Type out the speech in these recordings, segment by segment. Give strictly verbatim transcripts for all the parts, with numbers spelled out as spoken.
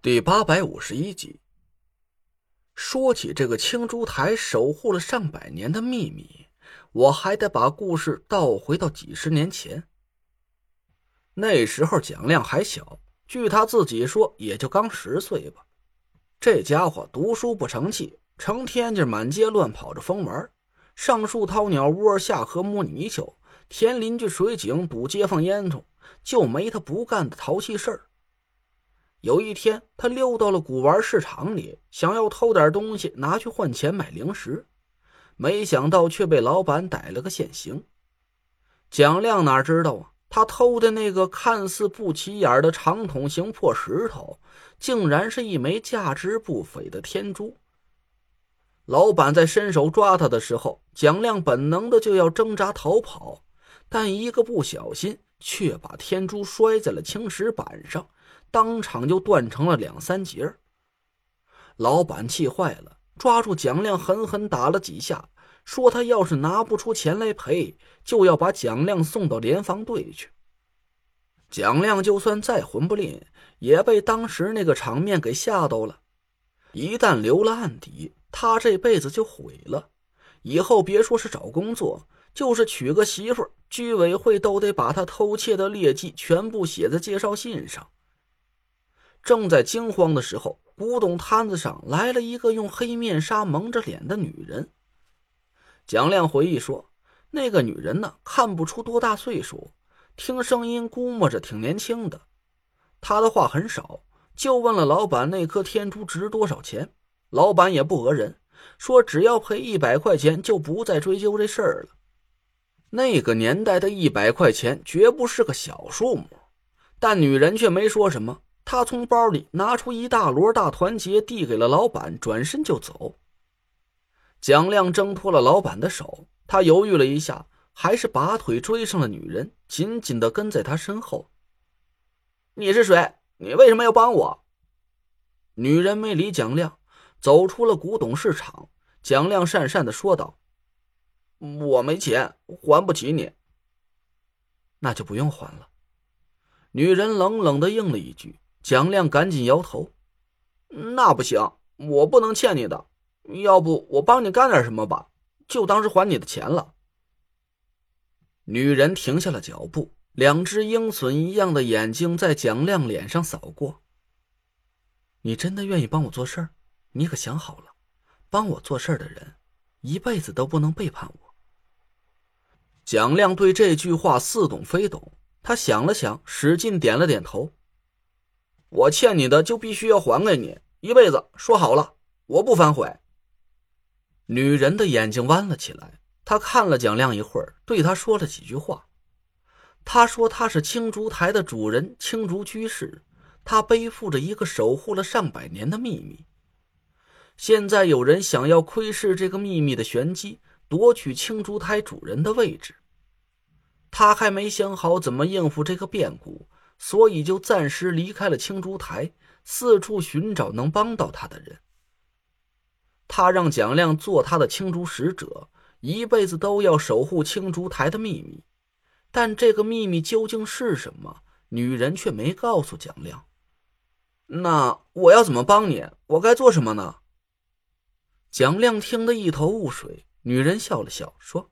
第八百五十一集。说起这个青珠台守护了上百年的秘密，我还得把故事倒回到几十年前。那时候蒋亮还小，据他自己说也就刚十岁吧。这家伙读书不成器，成天就满街乱跑着疯玩，上树掏鸟窝，下河摸泥鳅，填邻居水井，堵街坊烟囱，就没他不干的淘气事儿。有一天，他溜到了古玩市场里，想要偷点东西拿去换钱买零食，没想到却被老板逮了个现行。蒋亮哪知道啊，他偷的那个看似不起眼的长筒形破石头，竟然是一枚价值不菲的天珠。老板在伸手抓他的时候，蒋亮本能的就要挣扎逃跑，但一个不小心却把天珠摔在了青石板上，当场就断成了两三截。老板气坏了，抓住蒋亮狠狠打了几下，说他要是拿不出钱来赔，就要把蒋亮送到联防队去。蒋亮就算再混不吝，也被当时那个场面给吓到了。一旦留了案底，他这辈子就毁了，以后别说是找工作，就是娶个媳妇儿，居委会都得把他偷窃的劣迹全部写在介绍信上。正在惊慌的时候，古董摊子上来了一个用黑面纱蒙着脸的女人。蒋亮回忆说，那个女人呢，看不出多大岁数，听声音估摸着挺年轻的。她的话很少，就问了老板那颗天珠值多少钱。老板也不讹人，说只要赔一百块钱就不再追究这事儿了。那个年代的一百块钱绝不是个小数目，但女人却没说什么。他从包里拿出一大摞大团结，递给了老板，转身就走。蒋亮挣脱了老板的手，他犹豫了一下，还是拔腿追上了女人，紧紧地跟在她身后。你是谁？你为什么要帮我？女人没理蒋亮，走出了古董市场。蒋亮讪讪地说道，我没钱，还不起你。那就不用还了。女人冷冷地应了一句。蒋亮赶紧摇头，那不行，我不能欠你的，要不我帮你干点什么吧，就当是还你的钱了。女人停下了脚步，两只鹰隼一样的眼睛在蒋亮脸上扫过。你真的愿意帮我做事儿？你可想好了，帮我做事儿的人一辈子都不能背叛我。蒋亮对这句话似懂非懂，他想了想，使劲点了点头。我欠你的就必须要还给你，一辈子，说好了，我不反悔。女人的眼睛弯了起来，她看了蒋亮一会儿，对他说了几句话。她说他是青竹台的主人，青竹居士，他背负着一个守护了上百年的秘密。现在有人想要窥视这个秘密的玄机，夺取青竹台主人的位置。他还没想好怎么应付这个变故，所以就暂时离开了青竹台，四处寻找能帮到他的人。他让蒋亮做他的青竹使者，一辈子都要守护青竹台的秘密。但这个秘密究竟是什么，女人却没告诉蒋亮。那我要怎么帮你？我该做什么呢？蒋亮听得一头雾水，女人笑了笑说，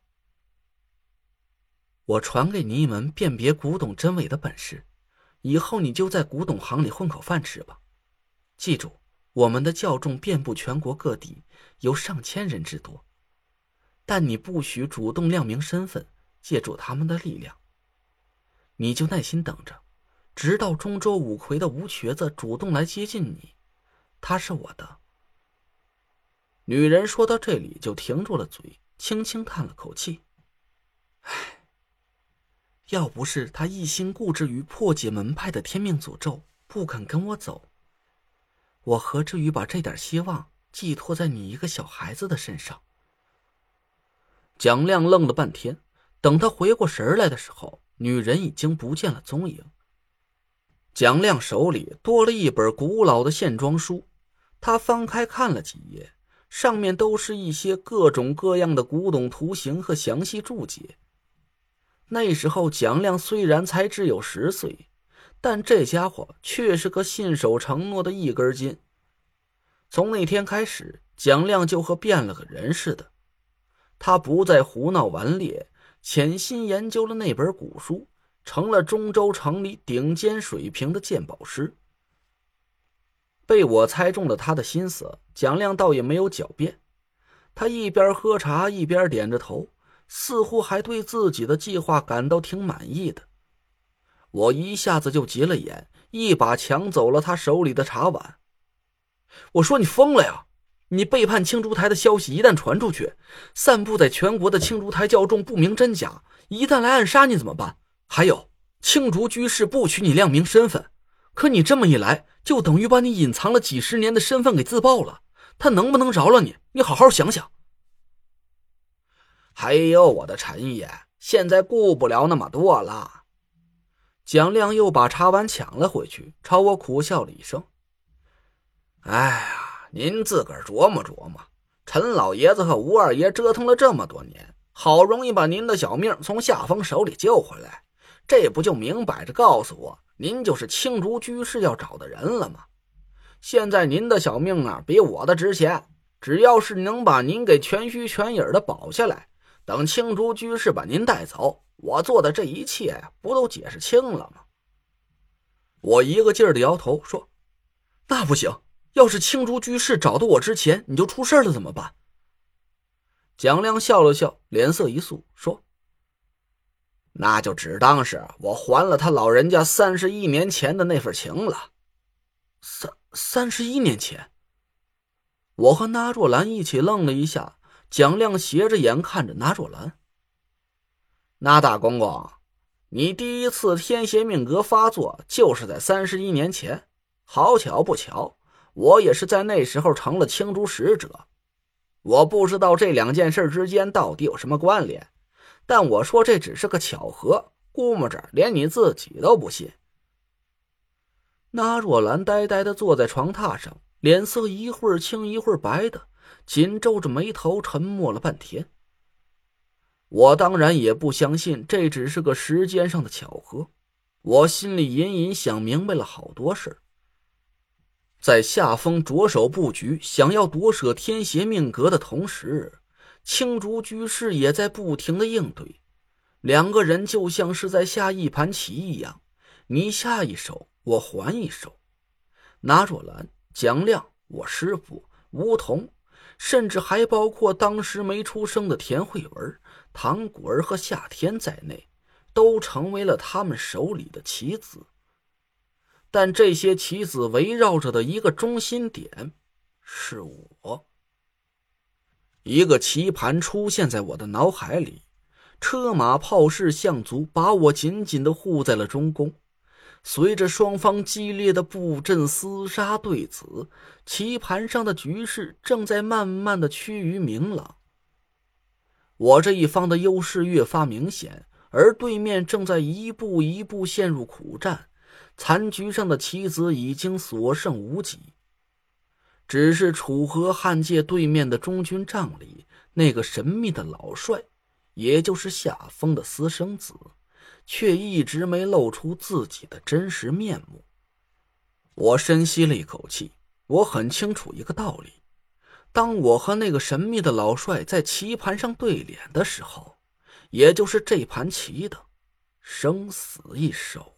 我传给你一门辨别古董真伪的本事，以后你就在古董行里混口饭吃吧。记住，我们的教众遍布全国各地，有上千人之多，但你不许主动亮明身份，借助他们的力量。你就耐心等着，直到中州五魁的吴瘸子主动来接近你，他是我的。女人说到这里就停住了嘴，轻轻叹了口气。唉，要不是他一心固执于破解门派的天命诅咒，不肯跟我走，我何至于把这点希望寄托在你一个小孩子的身上？蒋亮愣了半天，等他回过神来的时候，女人已经不见了踪影。蒋亮手里多了一本古老的线装书，他翻开看了几页，上面都是一些各种各样的古董图形和详细注解。那时候蒋亮虽然才只有十岁， 但这家伙却是个信守承诺的一根筋。从那天开始，蒋亮就和变了个人似的，他不再胡闹顽劣，潜心研究了那本古书，成了中州城里顶尖水平的鉴宝师。被我猜中了他的心思，蒋亮倒也没有狡辩，他一边喝茶一边点着头，似乎还对自己的计划感到挺满意的。我一下子就急了眼，一把抢走了他手里的茶碗。我说你疯了呀！你背叛青竹台的消息一旦传出去，散布在全国的青竹台教众不明真假，一旦来暗杀你怎么办？还有，青竹居士不许你亮明身份，可你这么一来，就等于把你隐藏了几十年的身份给自爆了，他能不能饶了你？你好好想想。还有我的陈爷，现在顾不了那么多了。蒋亮又把茶碗抢了回去，朝我苦笑了一声。哎呀，您自个儿琢磨琢磨，陈老爷子和吴二爷折腾了这么多年，好容易把您的小命从夏风手里救回来，这不就明摆着告诉我，您就是青竹居士要找的人了吗？现在您的小命啊，比我的值钱，只要是能把您给全虚全影的保下来，等青竹居士把您带走，我做的这一切不都解释清了吗？我一个劲儿的摇头说，那不行，要是青竹居士找到我之前你就出事了怎么办？蒋亮笑了笑，脸色一肃说，那就只当是我还了他老人家三十一年前的那份情了。三三十一年前？我和那若兰一起愣了一下，蒋亮斜着眼看着那若兰。那大公公，你第一次天邪命格发作就是在三十一年前，好巧不巧，我也是在那时候成了青竹使者。我不知道这两件事之间到底有什么关联，但我说这只是个巧合，估摸着连你自己都不信。那若兰呆呆地坐在床榻上，脸色一会儿青一会儿白的，紧皱着眉头沉默了半天。我当然也不相信这只是个时间上的巧合，我心里隐隐想明白了好多事。在夏风着手布局想要夺舍天邪命格的同时，青竹居士也在不停的应对，两个人就像是在下一盘棋一样，你下一手我还一手。那若兰、蒋亮、我师父、吴桐，甚至还包括当时没出生的田慧文、唐果儿和夏天在内，都成为了他们手里的棋子。但这些棋子围绕着的一个中心点是我。一个棋盘出现在我的脑海里，车马炮士象卒把我紧紧地护在了中宫。随着双方激烈的布阵厮杀对子，棋盘上的局势正在慢慢的趋于明朗。我这一方的优势越发明显，而对面正在一步一步陷入苦战，残局上的棋子已经所剩无几。只是楚河汉界对面的中军帐里，那个神秘的老帅，也就是夏风的私生子，却一直没露出自己的真实面目。我深吸了一口气，我很清楚一个道理，当我和那个神秘的老帅在棋盘上对脸的时候，也就是这盘棋的生死一手。